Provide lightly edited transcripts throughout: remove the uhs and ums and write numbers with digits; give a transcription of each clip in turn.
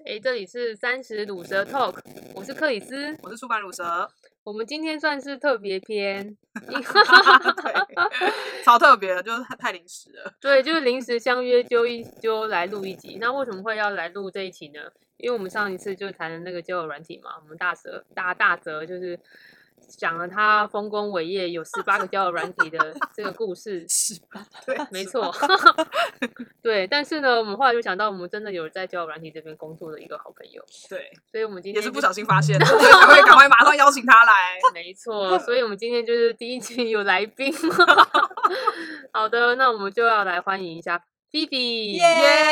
这里是30乳蛇 Talk， 我是克里斯， 我是出版乳蛇。 我们今天算是特别篇， 对，超特别的，就是太临时了。 对，就是临时相约就来录一集。那为什么会要来录这一期呢？因为我们上一次就谈了那个交友软体嘛，我们大泽就是讲了他丰功伟业，有18个交友软体的这个故事。 对， 没错。对，但是呢，我们后来就想到，我们真的有在交友软体这边工作的一个好朋友。 对， 所以我们今天也是不小心发现的，所以才会赶快马上邀请他来。 没错，所以我们今天就是第一期有来宾。好的，那我们就要来欢迎一下菲菲。 耶！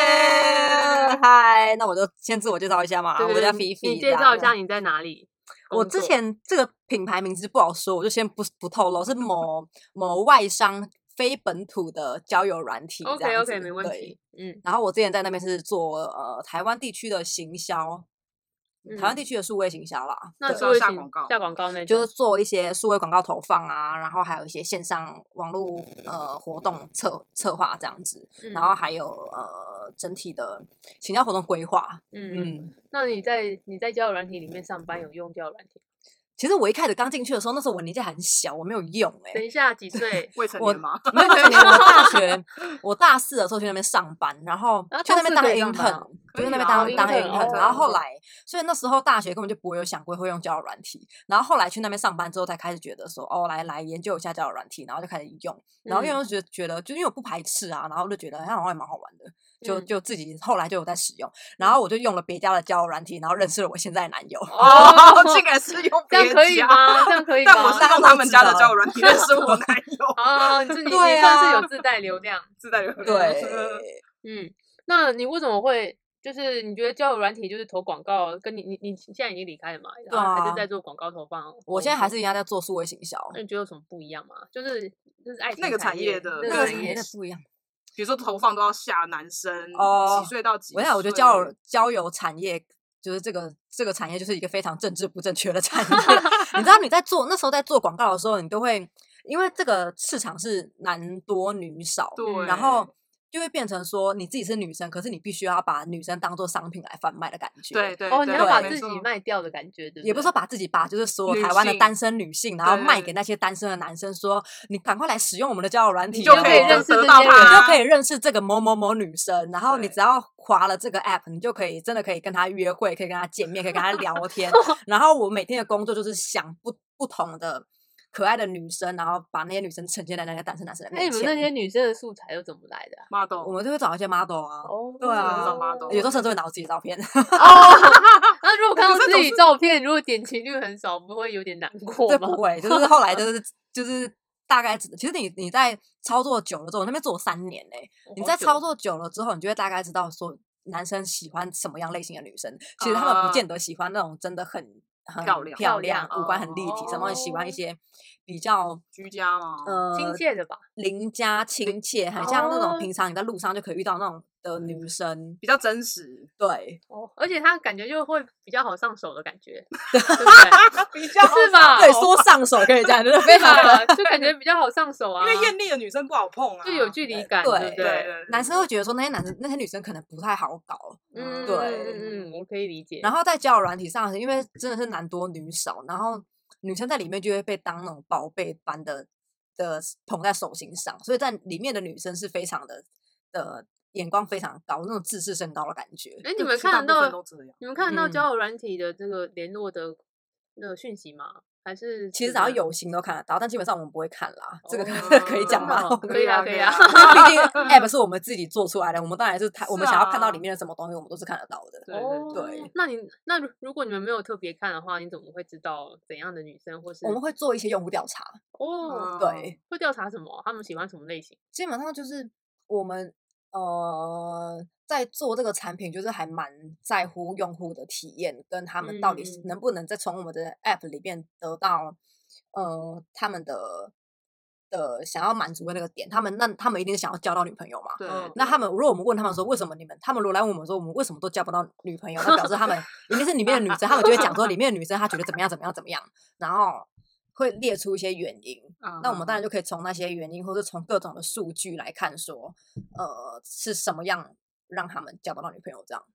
嗨，那我就先自我介绍一下嘛，我叫菲菲。 你介绍一下你在哪里？ 我之前这个品牌名字不好说，我就先不透露，是某外商非本土的交友软体。 OK， 没问题。 然后我之前在那边是做台湾地区的行销。台湾地区的数位行销啦， 那数位下广告那种， 就是做一些数位广告投放啊，然后还有一些线上网络活动策划这样子，然后还有整体的行销活动规划。 那你在交友软体里面上班有用交友软体？ 其实我一开始刚进去的时候，那时候我年纪很小，我没有用。 等一下，几岁？ 未成年吗？ 没有未成年。我大4的时候去那边上班，然后去那边当 intern，就在那边当 intern。然后后来，所以那时候大学根本就不会有想过会用交友软体。然后后来去那边上班之后，才开始觉得说，来研究一下交友软体，然后就开始用。然后因为觉得，就因为我不排斥啊，然后就觉得好像也蛮好玩的。就自己后来就有在使用，然后我就用了别家的交友软体，然后认识了我现在的男友。 竟然是用别家， 这样可以吗？这样可以吗？ 但我是用他们家的交友软体认识我男友。 你算是有自带流量， 对。 那你为什么会？就是你觉得交友软体就是投广告，跟你现在已经离开了嘛？然后还是在做广告投放？ 我现在还是一样在做数位行销。 那你觉得有什么不一样吗？就是爱情那个产业的那个产业不一样。 比如说投放都要下男生几岁到几岁？ 我觉得交友产业就是这个产业就是一个非常政治不正确的产业。你知道你那时候在做广告的时候，你都会因为这个市场是男多女少， 对， 然后就会变成说你自己是女生，可是你必须要把女生当做商品来贩卖的感觉。 对， 你要把自己卖掉的感觉，对不对？ 也不是说把自己就是所有台湾的单身女性，然后卖给那些单身的男生，说你赶快来使用我们的交友软体， 你就可以认识你就可以认识这个某某某女生，然后你只要滑了这个 app， 你就真的可以跟她约会，可以跟她见面，可以跟她聊天。然后我每天的工作就是想不同的可爱的女生，然后把那些女生呈现在那些单身男生的面前。 你们那些女生的素材又怎么来的 ？model， 我们就会找一些 model 啊。对啊， 有时候甚至会拿我自己的照片。 那如果看到自己照片，如果点击率很少，不会有点难过吗？ 这不会，就是后来就是大概其实你在操作久了之后，我那边做了3年嘞。你在操作久了之后，你就会大概知道说男生喜欢什么样类型的女生。其实他们不见得喜欢那种真的很漂亮，五官很立体，什么喜欢一些比较居家嘛， 亲切的吧， 邻家亲切，很像那种平常你在路上就可以遇到那种的女生， 比较真实。 对， 而且她感觉就会比较好上手的感觉，对不对？ 比较是吧？ 对，说上手可以这样，就是非常就感觉比较好上手啊。 因为艳丽的女生不好碰啊， 就有距离感，对不对？ 男生会觉得说那些女生可能不太好搞， 我可以理解。 然后在交友软体上，因为真的是男多女少，然后女生在里面就会被当那种宝贝般的捧在手心上，所以在里面的女生是非常的眼光非常高，那种自视甚高的感觉。 你们看得到交友软体的这个联络的那个讯息吗？还是其实只要有形都看得到，但基本上我们不会看啦。这个可以讲吗？ 可以啊。 毕竟 app 是我们自己做出来的，我们当然是我们想要看到里面的什么东西，我们都是看得到的。 对。那如果你们没有特别看的话，你怎么会知道怎样的女生，或是我们会做一些用户调查？对， 会调查什么？他们喜欢什么类型？ 基本上就是我们在做这个产品，就是还蛮在乎用户的体验，跟他们到底能不能再从我们的 app 里面得到他们的想要满足的那个点。他们一定是想要交到女朋友嘛？ 对。 那如果我们问他们说为什么他们如果来问我们说我们为什么都交不到女朋友，那表示他们一定是里面的女生，他们就会讲说里面的女生她觉得怎么样怎么样怎么样，然后会列出一些原因。那我们当然就可以从那些原因，或者从各种的数据来看说，是什么样让他们交不到女朋友这样。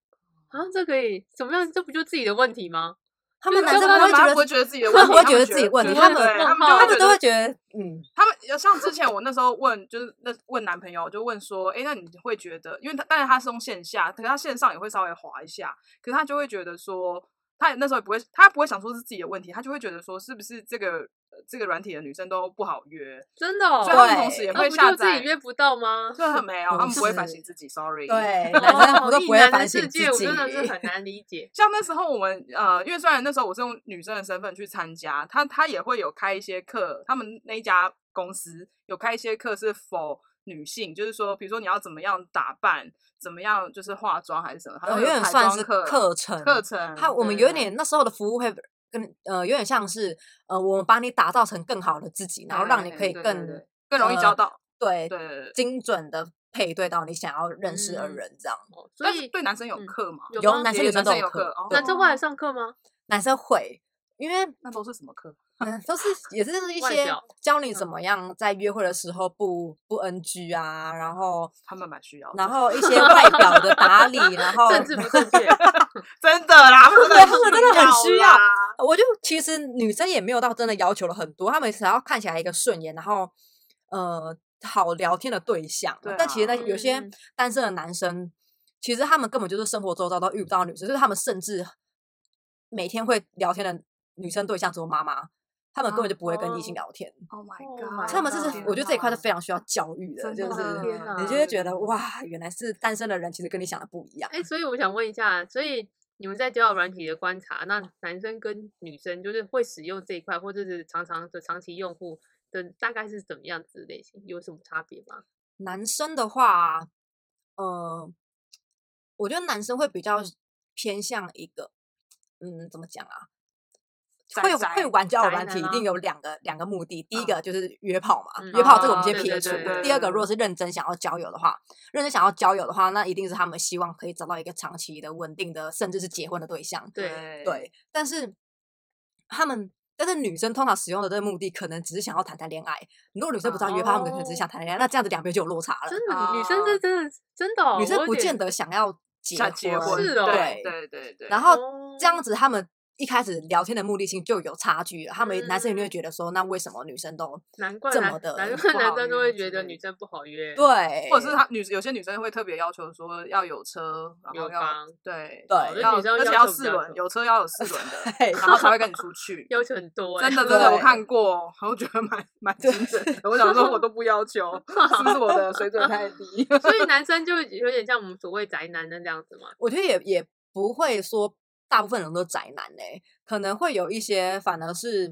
啊，这可以怎么样？这不就自己的问题吗？ 他们男生不会觉得自己的问题， 他们不会觉得自己的问题，他们都会觉得， 他们像之前我那时候问，就是问男朋友，就问说，那你会觉得，因为当然他是用线下，可是他线上也会稍微滑一下，可是他就会觉得说，他那时候他不会想说是自己的问题，他就会觉得说，是不是这个软体的女生都不好约？ 真的哦， 所以他们同时也会下载， 不就自己约不到吗？ 这没有，他们不会反省自己 ，sorry。 对，男生都不会反省自己， 我真的是很难理解。 像那时候我们因为虽然那时候我是用女生的身份去参加，他也会有开一些课，他们那一家公司有开一些课是 for 女性，就是说，比如说你要怎么样打扮，怎么样就是化妆还是什么， 有点算是课程。我们有点那时候的服务会跟有点像是我们把你打造成更好的自己，然后让你可以更容易交到对精准的配对到你想要认识的人，这样。 所以对男生有课吗？ 有，男生女生都有课。 男生会来上课吗？ 男生会，因为那都是什么课？ 都是也是一些教你怎么样在约会的时候不 NG 啊，然后他们蛮需要的， 然后一些外表的打理，然后政治不正确， 真的啦， 对，他们真的很需要。我就其实女生也没有到真的要求了很多，他们只要看起来一个顺眼，然后好聊天的对象。但其实有些单身的男生，其实他们根本就是生活周遭都遇不到女生，就是他们甚至每天会聊天的女生对象只有妈妈。他们根本就不会跟异性聊天。 Oh my god！ 他们我觉得这一块是非常需要教育的，就是你就会觉得哇，原来是单身的人其实跟你想的不一样。 所以我想问一下，所以你们在交友软体的观察，那男生跟女生就是会使用这一块，或者是长期用户的大概是怎么样子的类型？有什么差别吗？ 男生的话，我觉得男生会比较偏向一个，怎么讲啊？会玩交友软体一定有两个目的，第一个就是约炮嘛，约炮这个我们先撇除。第二个，如果是认真想要交友的话，那一定是他们希望可以找到一个长期的、稳定的，甚至是结婚的对象。对，但是女生通常使用的这个目的，可能只是想要谈恋爱。如果女生不知道约炮，他们可能只是想谈恋爱，那这样子两边就有落差了。 真的，女生是真的， 女生不见得想要结婚， 是哦， 对。 然后这样子他们一开始聊天的目的性就有差距了，他们男生一定会觉得说，那为什么女生都这么的？ 难怪男生都会觉得女生不好约， 对， 或者是有些女生会特别要求说要有车，然后要对，而且要4轮，有车要有4轮的，然后才会跟你出去， 要求很多， 真的我看过，我觉得蛮精准的。我想说我都不要求，是不是我的水准太低？ 所以男生就有点像我们所谓宅男的这样子嘛？ 我觉得也不会说。大部分人都宅男可能会有一些反而是，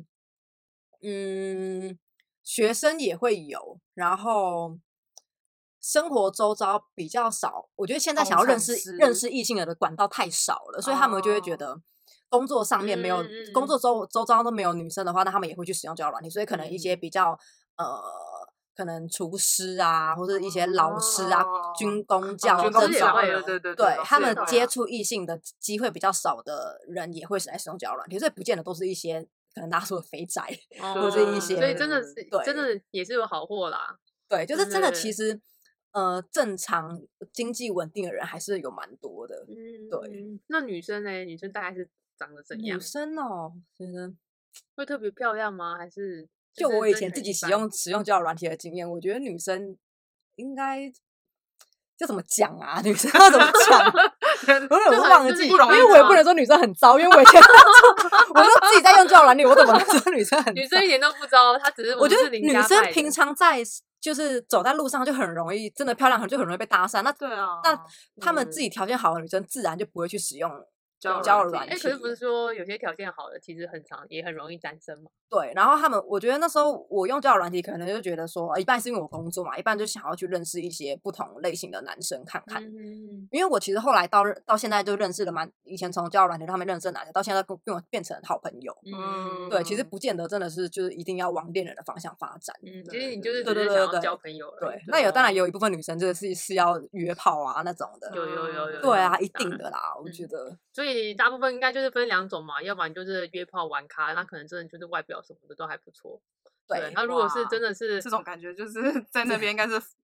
学生也会有，然后生活周遭比较少。我觉得现在想要认识异性的管道太少了，所以他们就会觉得工作上面没有，工作周遭都没有女生的话，那他们也会去使用交友软体。所以可能一些比较可能厨师啊，或者一些老师啊，军工教这种，对他们接触异性的机会比较少的人，也会来使用交友软体，所以不见得都是一些可能大家说的肥宅，或者一些， 所以真的是真的也是有好货啦。 对，就是真的，其实正常经济稳定的人还是有蛮多的。对， 那女生呢？女生大概是长得怎样？ 女生哦，觉得会特别漂亮吗？还是？ 就我以前自己使用交友软体的经验，我觉得女生应该这怎么讲啊？女生要怎么讲？我有忘记，因为我也不能说女生很糟，因为我以前我说自己在用交友软体，我怎么能说女生很糟？ 女生一点都不糟，她只是我觉得女生平常在就是走在路上就很容易，真的漂亮就很容易被搭讪。那对啊， 那她们自己条件好的女生，自然就不会去使用交友软体。 可是不是说有些条件好的，其实也很容易单身嘛？ 对，然后我觉得那时候我用交友软体，可能就觉得说，一半是因为我工作嘛，一半就想要去认识一些不同类型的男生看看。因为我其实后来到现在就认识了以前从交友软体他们认识的男生，到现在跟我变成好朋友。对，其实不见得真的是就是一定要往恋人的方向发展。 其实你就是只是想要交朋友了。 对，那当然有一部分女生是要约炮啊那种的。 有。 对啊，一定的啦，我觉得。 所以大部分应该就是分2种嘛，要不然就是约炮玩咖，那可能真的就是外表什么的都还不错。对，那如果是真的是这种感觉，就是在那边应该是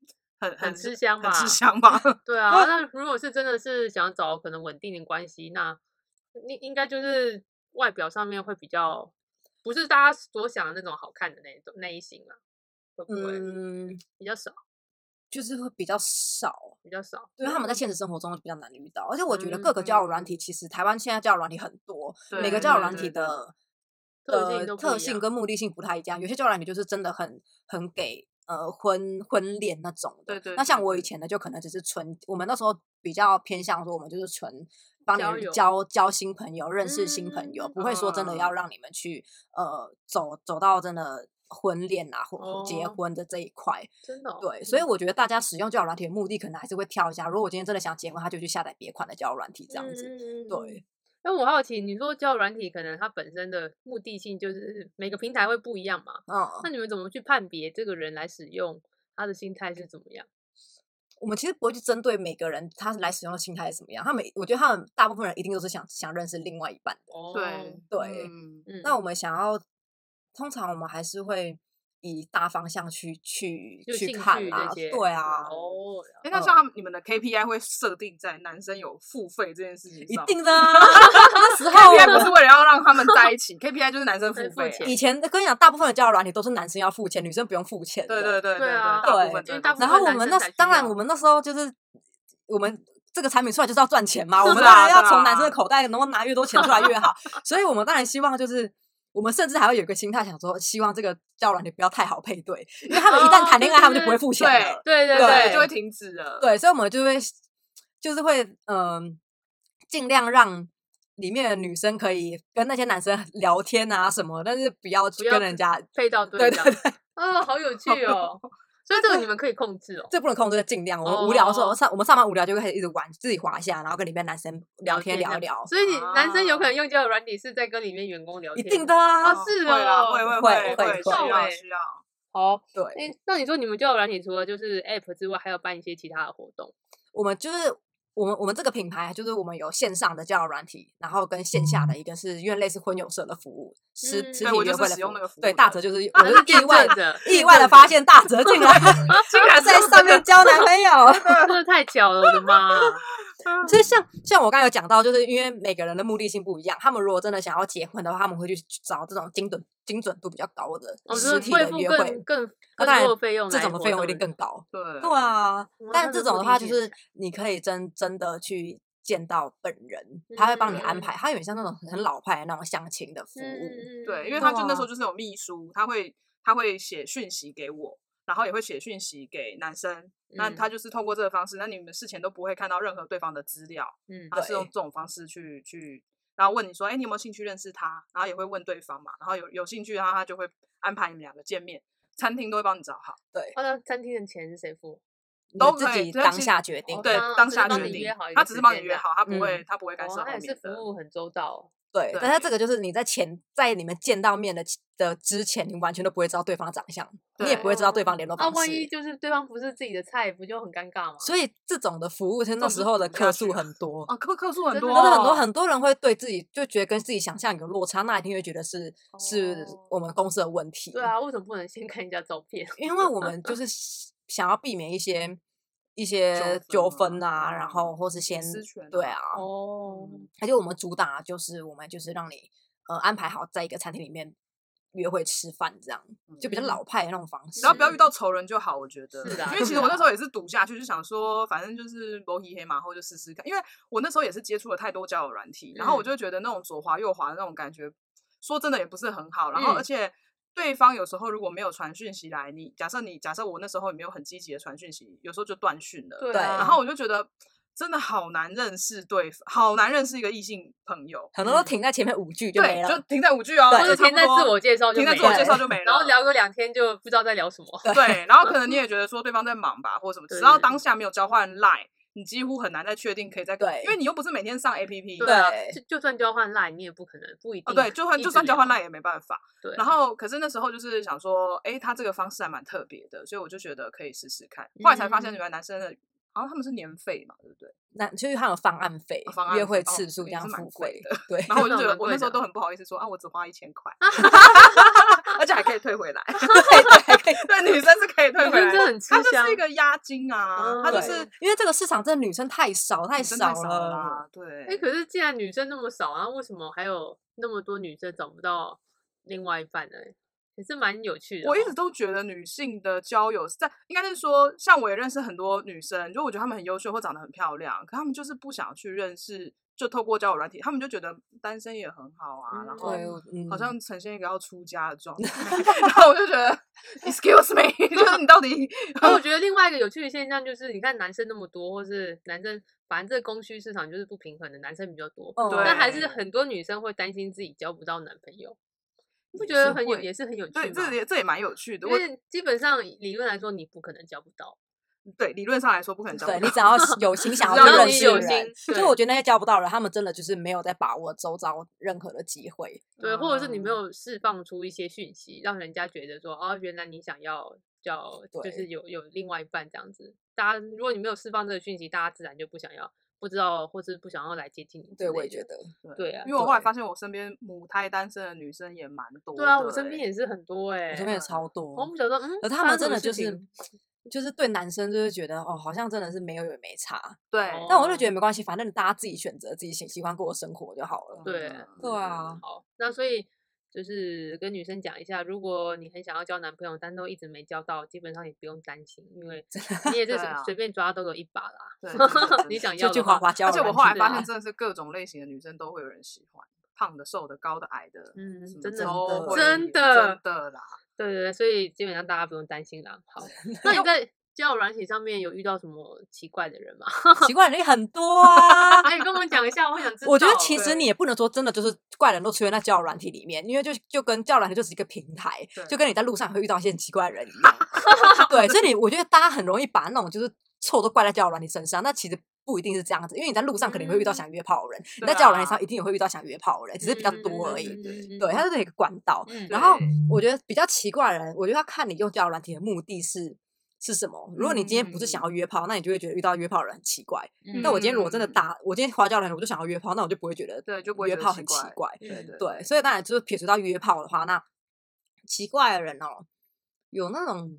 很吃香吧？ 很吃香吧？ 对啊，那如果是真的是想找可能稳定的关系，那应该就是外表上面会比较不是大家所想的那种好看的那一型啊，会不会比较少？ 就是会比较少，对，他们在现实生活中比较难遇到，而且我觉得各个交友软体，其实台湾现在交友软体很多，每个交友软体的特性跟目的性不太一样，有些交友软体就是真的很给婚恋那种的， 对， 那像我以前的就可能只是纯，我们那时候比较偏向说我们就是纯帮你交新朋友，认识新朋友，不会说真的要让你们去走到真的婚恋啊或结婚的这一块， 真的对，所以我觉得大家使用交友软体的目的可能还是会挑一下，如果我今天真的想结婚，他就去下载别款的交友软体这样子，对。 那我好奇，你说交友软体可能它本身的目的性就是每个平台会不一样嘛？那你们怎么去判别这个人来使用他的心态是怎么样？ 我们其实不会去针对每个人他来使用的心态是怎么样，我觉得他们大部分人一定都是想认识另外一半的，对，那我们想要，通常我们还是会以大方向去看啊，对啊。 那像你们的 KPI 会设定在男生有付费这件事情上？ 一定的啊，那时候 KPI 不是为了要让他们在一起，KPI 就是男生付费。 以前跟你讲，大部分的交友软体都是男生要付钱，女生不用付钱。 对， 大部分。 然后我们当然我们那时候就是我们。这个产品出来就是要赚钱嘛，我们当然要从男生的口袋能够拿越多钱出来越好，所以我们当然希望就是我们甚至还会有一个心态，想说希望这个交友软体不要太好配对，因为他们一旦谈恋爱，他们就不会付钱了， 对， 就会停止了。 对，所以我们就是会尽量让里面的女生可以跟那些男生聊天啊什么，但是不要跟人家配到对，好有趣哦。所以这个你们可以控制哦， 这不能控制，尽量。我们无聊的时候，我们上班无聊就会开始一直玩，自己滑一下，然后跟里面男生聊天聊一聊。 所以你男生有可能用交友软体是在跟里面员工聊天， 一定的啊， 是哦， 会需要。 好， 对。 那你说你们交友软体除了就是 App 之外，还有办一些其他的活动？ 我们就是我们这个品牌就是我们有线上的交友软体，然后跟线下的一个是因为类似婚友社的服务，实体约会的服务。对，大哲就是我是意外的发现大哲竟然在上面交男朋友， 真的太巧了，我的妈！ 其实像我刚才有讲到，就是因为每个人的目的性不一样，他们如果真的想要结婚的话，他们会去找这种精准度比较高的实体的约会， 更多的费用， 这种的费用一定更高。对啊，但这种的话就是你可以真的去见到本人，他会帮你安排，他有点像那种很老派的那种相亲的服务。 对，因为他就那时候就是有秘书，他会写讯息给我。然后也会写讯息给男生，那他就是透过这个方式，那你们事前都不会看到任何对方的资料，他是用这种方式去，然后问你说，你有没有兴趣认识他？然后也会问对方嘛，然后有兴趣，然后他就会安排你们两个见面，餐厅都会帮你找好。对， 那餐厅的钱是谁付？ 都自己当下决定， 对，当下决定，他只是帮你约好，他不会干涉后面的。 他也是服务很周到。 对，但是这个就是你在你们见到面的之前，你完全都不会知道对方的长相，你也不会知道对方联络方式。 万一就是对方不是自己的菜，不就很尴尬吗？ 所以这种的服务，那时候的客诉很多客诉很多， 很多人会对自己就觉得跟自己想象有落差，那一定会觉得是我们公司的问题。 对啊，为什么不能先看人家照片？ 因为我们就是想要避免一些纠纷啊，然后或是先对啊，而且我们主打就是我们就是让你安排好在一个餐厅里面约会吃饭，这样就比较老派的那种方式。 然后不要遇到仇人就好，我觉得。 是的， 因为其实我那时候也是赌下去，就想说反正就是罗皮黑马后就试试看，因为我那时候也是接触了太多交友软体，然后我就觉得那种左滑右滑的那种感觉，说真的也不是很好，然后而且。对方有时候如果没有传讯息来，假设我那时候也没有很积极的传讯息，有时候就断讯了。 对， 然后我就觉得真的好难认识好难认识一个异性朋友。 很多都停在前面5句就没了， 就停在5句哦， 或者停在自我介绍就没了， 停在自我介绍就没了， 然后聊个2天就不知道在聊什么。 对，然后可能你也觉得说对方在忙吧，或者什么，只要当下没有交换 LINE。你几乎很难再确定可以再对， 因为你又不是每天上 APP， 对啊，就算交换 LINE 你也不可能不一定。 对，就算交换 LINE 也没办法。 对， 然后可是那时候就是想说，他这个方式还蛮特别的，所以我就觉得可以试试看。后来才发现，原来男生的好像他们是年费嘛，对不对？ 就是他有方案费，约会次数这样付费的。对， 然后我就觉得我那时候都很不好意思说我只花1000块，而且还可以退回来。 对， 对，女生是可以退回来的， 真的很吃它就香是一个押金啊，它就是因为这个市场真的女生太少女生太少了了。 啦，对。 哎，可是既然女生那么少，然后为什么还有那么多女生找不到另外一半呢？也是蛮有趣的。 我一直都觉得女性的交友应该是说，像我也认识很多女生，就我觉得她们很优秀或长得很漂亮，可她们就是不想去认识，就透过交友软体，她们就觉得单身也很好啊，然后好像呈现一个要出家的状态，然后我就觉得 excuse me， 就是你到底我觉得另外一个有趣的现象就是，你看男生那么多，或是男生反正这个供需市场就是不平衡的，男生比较多，但还是很多女生会担心自己交不到男朋友。你不觉得也是很有趣吗？ 对，这也蛮有趣的。 因为基本上理论来说，你不可能交不到。 对，理论上来说不可能交不到。 对，你只要有心想要去认识人，所以我觉得那些交不到人，他们真的就是没有在把握周遭任何的机会。 对，或者是你没有释放出一些讯息，让人家觉得说，哦，原来你想要就是有另外一半这样子。大家如果你没有释放这个讯息，大家自然就不想要。不知道，或是不想要来接近你。 对，我也觉得。 对啊， 因为我后来发现，我身边母胎单身的女生也蛮多的。 对啊，我身边也是很多我身边也超多。 我们想说， 而他们真的就是对男生就是觉得哦，好像真的是没有也没差。 对， 但我就觉得没关系，反正大家自己选择自己喜欢过的生活就好了。 对啊。 好，那所以。就是跟女生讲一下，如果你很想要交男朋友，但都一直没交到，基本上也不用担心，因为你也是随便抓都有一把啦。 对， 你想要就去滑滑交友。 而且我后来发现，真的是各种类型的女生都会有人喜欢，胖的、瘦的、高的、矮的，真的啦。 对，所以基本上大家不用担心啦。好，那你在交友软体上面有遇到什么奇怪的人吗？ 奇怪的人很多啊！ 哎，跟我们讲一下，我想知道。 我觉得其实你也不能说真的就是怪人都出现在交友软体里面，因为就跟交友软体就是一个平台，就跟你在路上会遇到一些很奇怪的人一样。对，所以我觉得大家很容易把那种就是错都怪在交友软体身上，那其实不一定是这样子，因为你在路上肯定会遇到想约炮的人，你在交友软体上一定也会遇到想约炮的人，只是比较多而已。对，它是一个管道。然后我觉得比较奇怪的人，我觉得要看你用交友软体的目的是什么？如果你今天不是想要约炮，那你就会觉得遇到约炮的人很奇怪。但我今天如果真的我今天滑交友软体我就想要约炮，那我就不会觉得约炮很奇怪。对，所以当然就是撇除到约炮的话，那奇怪的人哦，有那种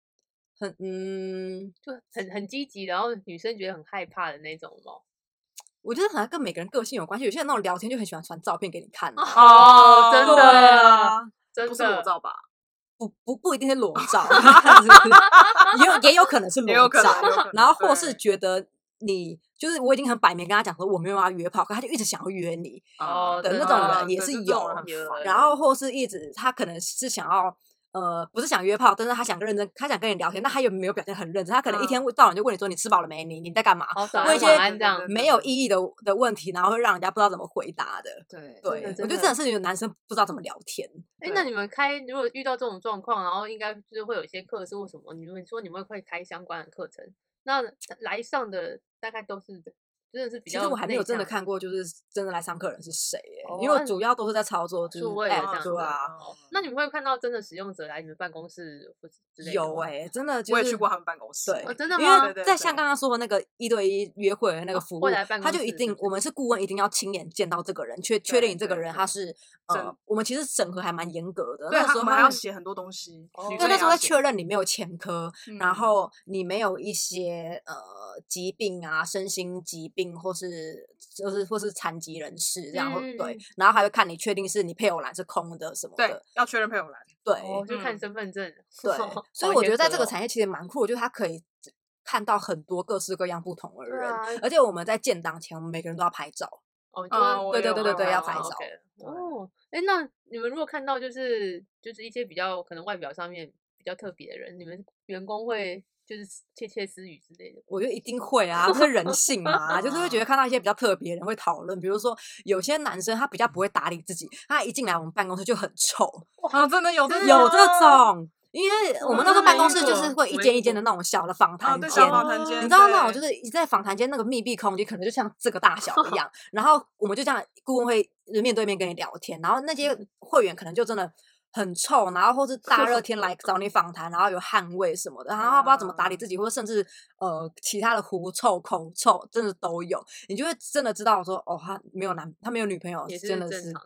就很积极，然后女生觉得很害怕的那种吗？ 我觉得好像跟每个人个性有关系，有些人那种聊天就很喜欢传照片给你看。 哦，真的，真的不是裸照吧？ 不一定是裸照，也有可能是裸照，然后或是觉得你就是我已经很摆明跟他讲说我没有要约炮，可他就一直想要约你的那种人也是有，然后或是一直他可能是想要不是想约炮，但是他想认真，他想跟你聊天，那他又没有表现很认真，他可能一天到晚就问你说你吃饱了没，你在干嘛，问一些没有意义的问题，然后会让人家不知道怎么回答的。 对， 我觉得真的是有男生不知道怎么聊天。 那你们如果遇到这种状况，然后应该就是会有一些课是为什么？你们说你们会开相关的课程，那来上的大概都是真的是比较。 其实我还没有真的看过，就是真的来上课人是谁因为我主要都是在操作就是 app 对啊。 那你们会看到真的使用者来你们办公室或之类的？ 有真的， 我也去过他们办公室。 对， 真的吗？ 因为在像刚刚说的那个1对1约会的那个服务，他就一定我们是顾问，一定要亲眼见到这个人，确定这个人他是我们其实审核还蛮严格的。 对，那时候还要写很多东西。 那时候在确认你没有前科，然后你没有一些疾病啊，身心疾病或是残疾人士这样对，然后还会看你确定是你配偶栏是空的什么的。 对，要确认配偶栏。 对， 就看身份证。 对，所以我觉得在这个产业其实蛮酷，就是他可以看到很多各式各样不同的人，而且我们在建档前，我们每个人都要拍照。对，要拍照。 那你们如果看到就是一些比较可能外表上面比较特别的人，你们员工会就是窃窃私语之类的？ 我觉得一定会啊，这是人性嘛，就是会觉得看到一些比较特别的人会讨论，比如说有些男生他比较不会打理自己，他一进来我们办公室就很臭。 真的有这种。因为我们那个办公室就是会一间一间的那种小的访谈间，你知道那种就是在访谈间那个密闭空间，可能就像这个大小一样，然后我们就这样顾问会面对面跟你聊天，然后那些会员可能就真的很臭，然后或是大热天来找你访谈，然后有汗味什么的，然后他不知道怎么打理自己，或者甚至其他的狐臭、口臭，真的都有，你就会真的知道说他没有女朋友， 也是真的正常的。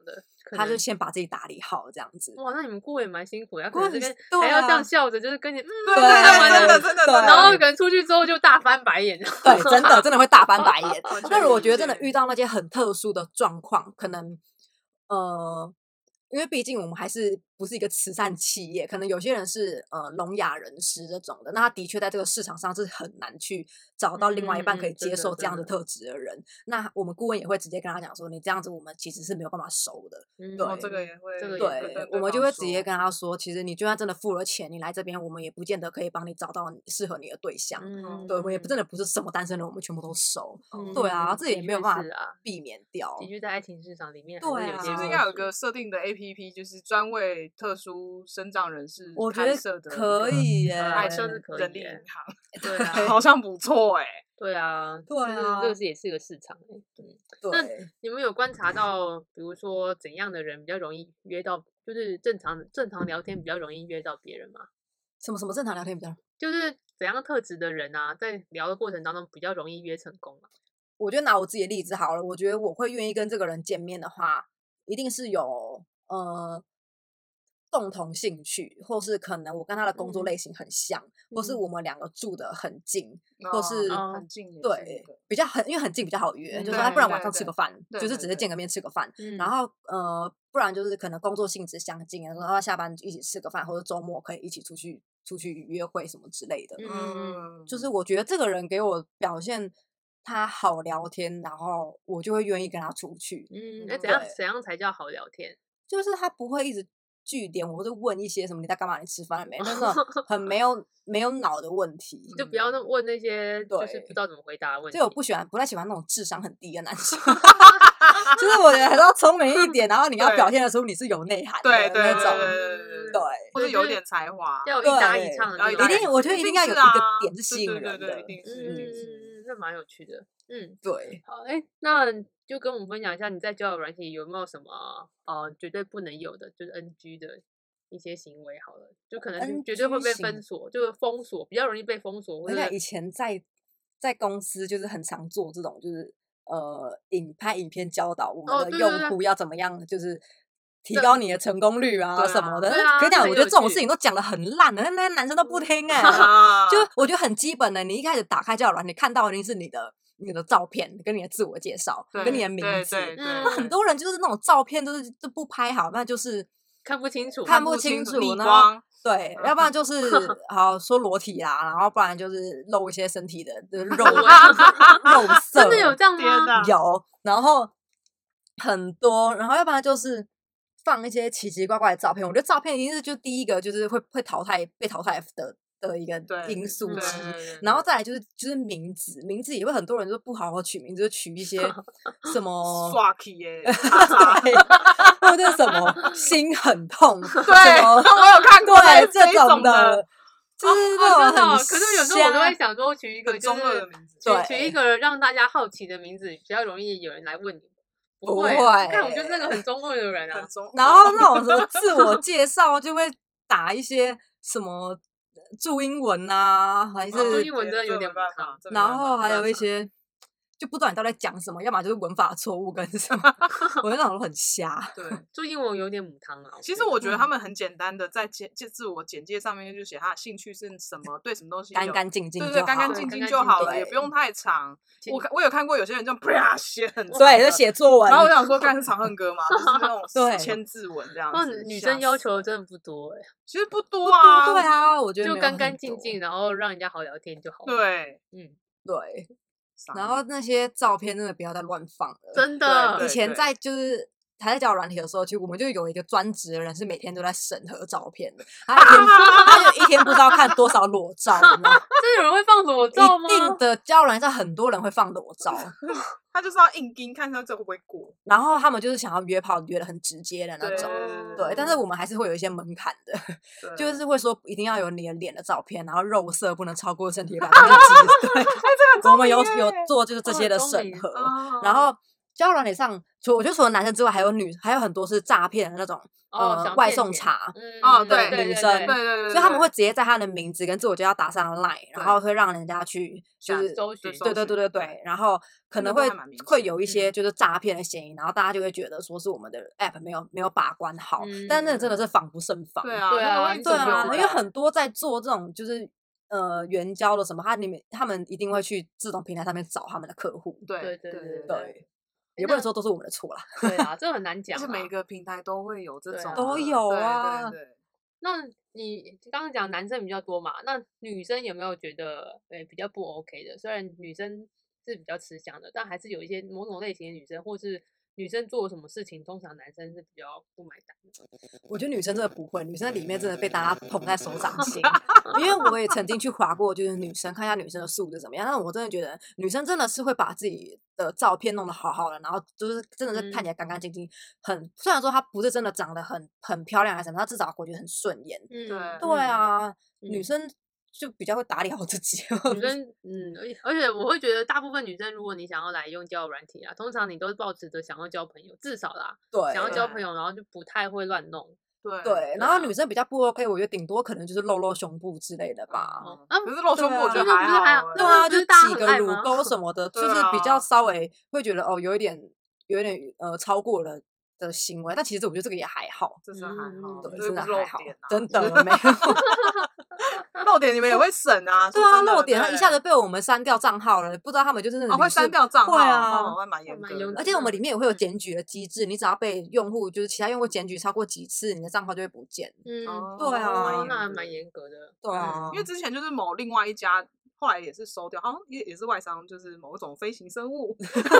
他就先把自己打理好这样子。 哇，那你们顾问也蛮辛苦的， 顾问还要这样笑着，就是跟你对，真的， 然后可能出去之后就大翻白眼。 对，真的会大翻白眼。但我觉得真的遇到那些很特殊的状况，可能因为毕竟我们还是不是一个慈善企业，可能有些人是聋哑人士这种的，那他的确在这个市场上是很难去找到另外一半可以接受这样的特质的人。那我们顾问也会直接跟他讲说，你这样子我们其实是没有办法收的。对， 这个也会， 对，我们就会直接跟他说，其实你就算真的付了钱，你来这边，我们也不见得可以帮你找到适合你的对象。对，我们也真的不是什么单身人，我们全部都收。对啊，这也没有办法避免掉。 的确在爱情市场里面， 对啊， 其实应该有一个设定的 APP， 就是专为特殊身障人士开设的， 可以耶， 爱情人力银行， 对啊， 好像不错哎。 对啊，这个也是一个市场哎。那你们有观察到，比如说怎样的人比较容易约到，就是正常聊天比较容易约到别人吗？ 什么正常聊天比较？ 就是怎样特质的人啊，在聊的过程当中比较容易约成功啊？ 我觉得拿我自己的例子好了，我觉得我会愿意跟这个人见面的话，一定是有共同兴趣，或是可能我跟他的工作类型很像，或是我们两个住得很近，或是很近， 对，因为很近比较好约，就是说不然晚上吃个饭，就是只是见个面吃个饭，然后不然就是可能工作性质相近，然后下班一起吃个饭，或者周末可以一起出去约会什么之类的。就是我觉得这个人给我表现他好聊天，然后我就会愿意跟他出去。 怎样才叫好聊天？ 就是他不会一直据点我，或者问一些什么你在干嘛，你吃饭了没，那种很没有脑的问题， 就不要问那些就是不知道怎么回答的问题。 就我不太喜欢那种智商很低的男生。就是我觉得还是要聪明一点，然后你要表现的时候你是有内涵的那种，对， 或者有点才华， 要有一搭一唱的， 我觉得一定要有一个点是吸引人的， 那蛮有趣的。 对。 好，那就跟我们分享一下你在交友软体有没有什么绝对不能有的，就是 NG 的一些行为好了，就可能绝对会被就是封锁，比较容易被封锁。 而且以前在公司就是很常做这种，就是拍影片教导我们的用户要怎么样，就是提高你的成功率啊什么的。可是讲，我觉得这种事情都讲得很烂的，那些男生都不听就我觉得很基本的，你一开始打开交友软体，看到的一定是你的照片跟你的自我介绍跟你的名字。那很多人就是那种照片都不拍好，那就是看不清楚呢。 对，要不然就是好说裸体啦，然后不然就是露一些身体的肉色。 真的有这样吗？ 有，然后很多，然后要不然就是放一些奇奇怪怪的照片。我觉得照片一定是就第一个就是会被淘汰的一个因素之一，然后再来就是名字也会很多人就不好好取名字，就取一些什么刷气耶， 或者什么心很痛， 对，我有看过这种的，就是那种很可是有时候我都会想说取一个中二的名字， 取一个让大家好奇的名字，比较容易有人来问你。 不会， 看我就是那个很中二的人啊。 然后那种什么自我介绍就会打一些什么注英文啊，还是注英文真的有点不好。 然后还有一些就不知道你到底在讲什么，要么就是文法错误跟什么，我觉得那种都很瞎。 对， 注英文有点母汤啊。 其实我觉得他们很简单的在自我简介上面就写他的兴趣是什么，对什么东西干干净净， 对，干干净净就好了，也不用太长。我有看过有些人就啪写很长， 对，就写作文。 然后我想说，干是长恨歌嘛，就是那种千字文这样子。 女生要求真的不多其实不多啊。 对啊，我觉得就干干净净，然后让人家好聊天就好了。 对， 对。然后那些照片真的不要再乱放了， 真的。 以前就是还在交友软体的时候，其实我们就有一个专职的人是每天都在审核照片的，他就一天不知道看多少裸照，真的有人会放裸照吗？ 一定的交友软体上很多人会放裸照， 他就是要硬盯，看他这会不会过。 然后他们就是想要约炮，约的很直接的那种，对。但是我们还是会有一些门槛的，就是会说一定要有你的脸的照片，然后肉色不能超过身体的几%。对，我们有做就是这些的审核，然后交友软体上，我觉得除了男生之外，还有很多是诈骗的那种外送茶， 对女生， 对， 所以他们会直接在他的名字跟自我介绍打上 LINE， 然后会让人家去就是搜寻， 对，然后可能会有一些就是诈骗的嫌疑，然后大家就会觉得说是我们的 app 没有把关好，但那个真的是防不胜防。 对啊， 因为很多在做这种就是援交的什么，他们一定会去这种平台上面找他们的客户。 对， 也不能说都是我们的错啦。 对啊，这很难讲。 就是每个平台都会有这种， 都有啊。 对。 那你刚刚讲男生比较多嘛？那女生有没有觉得比较不 OK 的？虽然女生是比较吃香的，但还是有一些某种类型的女生，或是女生做什么事情，通常男生是比较不买单的。 我觉得女生真的不会，女生里面真的被大家捧在手掌心。因为我也曾经去划过，就是女生看一下女生的素质怎么样。但我真的觉得女生真的是会把自己的照片弄得好好的，然后就是真的是看起来干干净净，虽然说她不是真的长得很漂亮还是什么，她至少我觉得很顺眼。对啊，女生就比较会打理好自己。 女生而且我会觉得大部分女生，如果你想要来用交友软体啊，通常你都是抱持着想要交朋友，至少啦， 对， 想要交朋友，然后就不太会乱弄。 对，然后女生比较不 OK，我觉得顶多可能就是露胸部之类的吧。 可是露胸部我觉得还好。 对啊，就是几个乳沟什么的，就是比较稍微会觉得有一点超过了的行为，但其实我觉得这个也还好， 真的还好， 真的还好，真的没有。 漏点你们也会审啊？ 对啊，漏点他一下子被我们删掉账号了，不知道他们就是会删掉账号， 会啊， 会蛮严格的。 而且我们里面也会有检举的机制，你只要被用户就是其他用户检举超过几次，你的账号就会不见。对啊， 那还蛮严格的。 对啊， 因为之前就是另外一家。后来也是收掉，好像也是外商，就是某种飞行生物。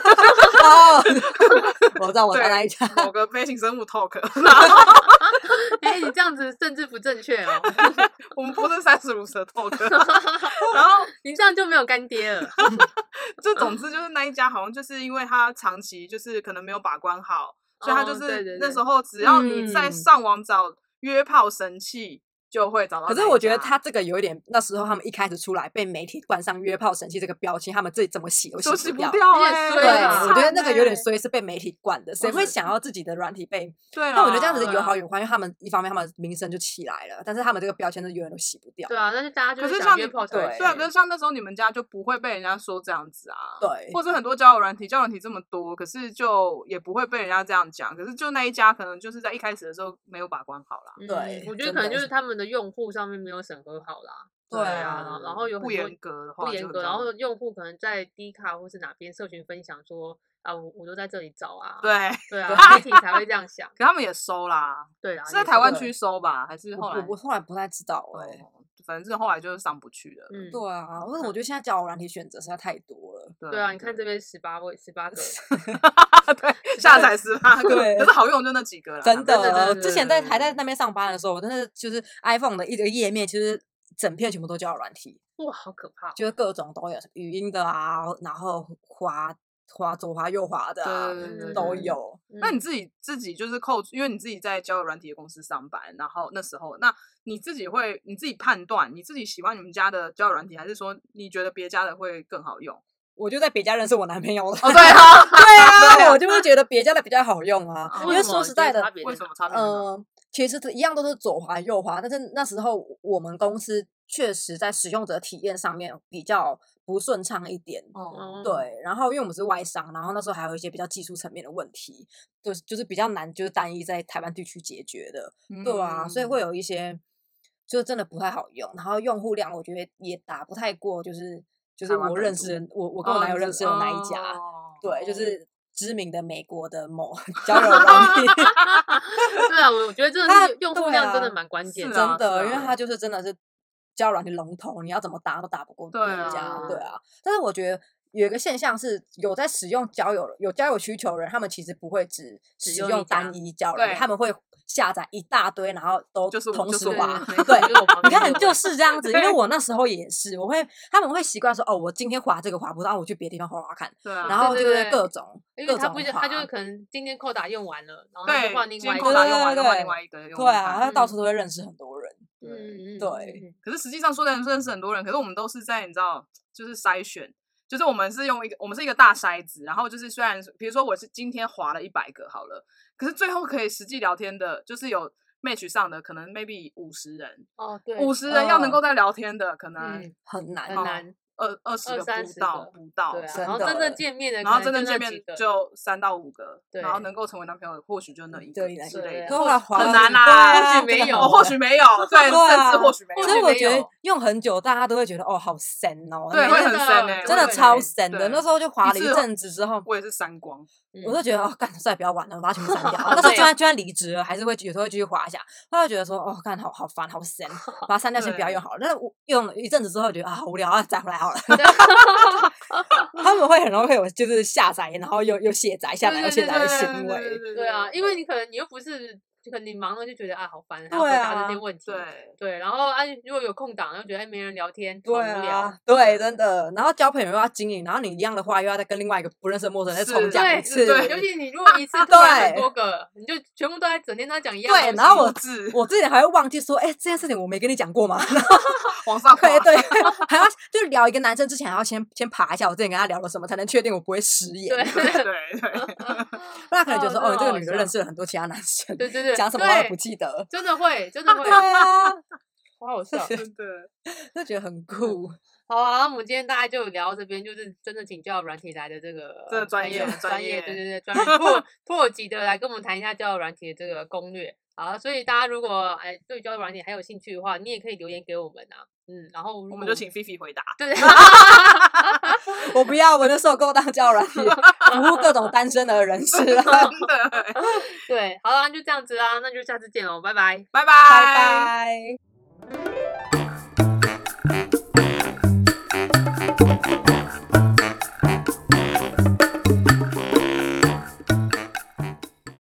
我知道那一家， 某个飞行生物 talk。 你这样子政治不正确哦。 我们不是30如蛇 talk。然后你这样就没有干爹了。 就总之就是那一家好像就是因为他长期就是可能没有把关好，所以他就是那时候只要你在上网找约炮神器。就会找到。 可是我觉得他这个有一点，那时候他们一开始出来被媒体冠上约炮神器这个标签，他们自己怎么洗都洗不掉。 对， 我觉得那个有点衰，是被媒体冠的。谁会想要自己的软体被？ 对。 但我觉得这样子有好有坏，因为他们一方面他们名声就起来了，但是他们这个标签是永远都洗不掉。 对啊，但是大家就是像约炮对啊，可是像那时候你们家就不会被人家说这样子啊。 对。 或者很多交友软体这么多，可是就也不会被人家这样讲。可是就那一家可能就是在一开始的时候没有把关好啦。 对， 我觉得可能就是他们的用户上面没有审核好啦。 对啊， 然后有很多不严格的话， 不严格，然后用户可能在 D 卡或是哪边社群分享说啊，我都在这里找啊。 对啊，媒体才会这样想。 可他们也收啦。对啦，是在台湾区收吧，还是后来？ 我后来不太知道反正是后来就是上不去了。 对啊，因为我觉得现在交友软体选择实在太多了。 对啊，你看这边18个。 对，下载18个，可是好用就那几个啦。 真的，之前还在那边上班的时候，我真的就是 iPhone 的一个页面，其实整片全部都交友软体。 哇，好可怕！ 就是各种都有，语音的啊，然后滑左滑右滑的啊，都有。 那你自己就是因为你自己在交友软体的公司上班，然后那时候，那你自己判断，你自己喜欢你们家的交友软体，还是说你觉得别家的会更好用？ 我就在别家认识我男朋友了。 对啊， 对啊，我就会觉得别家的比较好用啊。因为说实在的， 为什么差别？ 其实一样都是左滑右滑，但是那时候我们公司确实在使用者体验上面比较不顺畅一点。对，然后因为我们是外商，然后那时候还有一些比较技术层面的问题，就是比较难，就是单一在台湾地区解决的。对啊，所以会有一些就是真的不太好用，然后用户量我觉得也打不太过，就是我认识的我跟我男友认识的那一家。对，就是知名的美国的某交友软体。 对啊，我觉得真的是用户量真的蛮关键的。 真的，因为它就是真的是交友软体龙头，你要怎么打都打不过别家。对啊，但是我觉得有一个现象是，有在使用有交友需求的人，他们其实不会只使用单一交友软体，他们会下载一大堆，然后都同时滑。对，你看就是这样子。因为我那时候也是，他们会习惯说，我今天滑这个滑不到，我去别的地方滑看。 对， 然后就是各种， 因为他就是可能今天扣打用完了，然后他就换另外一个， 扣打用完了换另外一个。 对啊，他到处都会认识很多人。对， 可是实际上说的认识很多人，可是我们都是在你知道，就是筛选。 就是我们是一个大筛子，然后就是虽然比如说我是今天划了100个好了，可是最后可以实际聊天的，就是有 match 上的可能 maybe 50人哦，对 ，50人要能够在聊天的，可能很难很难。 20个不到， 对啊，然后真正见面的， 然后真正见面就3到5个， 对， 然后能够成为男朋友的或许就那一个之类的， 很难啦， 或许没有， 或许没有，对，甚至或许没有。 所以我觉得用很久，大家都会觉得哦，好神哦， 对，会很神诶， 真的超神的。那时候就滑了一阵子之后， 我也是删光， 我就觉得哦，干，算了，不要玩了，我把它全部删掉。那时候就算离职了，还是会有时候会继续滑一下，后来觉得说哦，干，好烦，好神，把它删掉，先不要用好了。但是用了一阵子之后，觉得啊，好无聊啊，再回来好了。他们会很容易有就是下载，然后又卸载下载又卸载的行为。 对啊，因为你又不是。就可能你忙了就觉得啊好烦，还要回答这些问题，对，然后如果有空档又觉得没人聊天，好无聊， 对，真的。然后交朋友又要经营，然后你一样的话又要再跟另外一个不认识的陌生人再重讲一次， 对，尤其你如果一次突然很多个，你就全部都在整天都在讲一样的。 对，然后我之前还会忘记说，这件事情我没跟你讲过吗？然后往上对，还要就是聊一个男生之前还要先爬一下我之前跟他聊了什么，才能确定我不会食言。 对， 不然可能就说哦，你这个女的认识了很多其他男生， 对， 讲什么话都不记得， 真的会，对啊， 好好笑， 真的， 就觉得很酷。 好啊，我们今天大概就聊到这边，就是真的请交友软体来的这个专业， 对，专业破级的来跟我们谈一下交友软体的这个攻略。好，所以大家如果对交友软体还有兴趣的话，你也可以留言给我们啊。然后我们就请菲菲回答。 对， 我不要，我就受够当交友软体，服务各种单身的人士了。 对，好啦，就这样子啦，那就下次见喽，拜拜， 拜拜。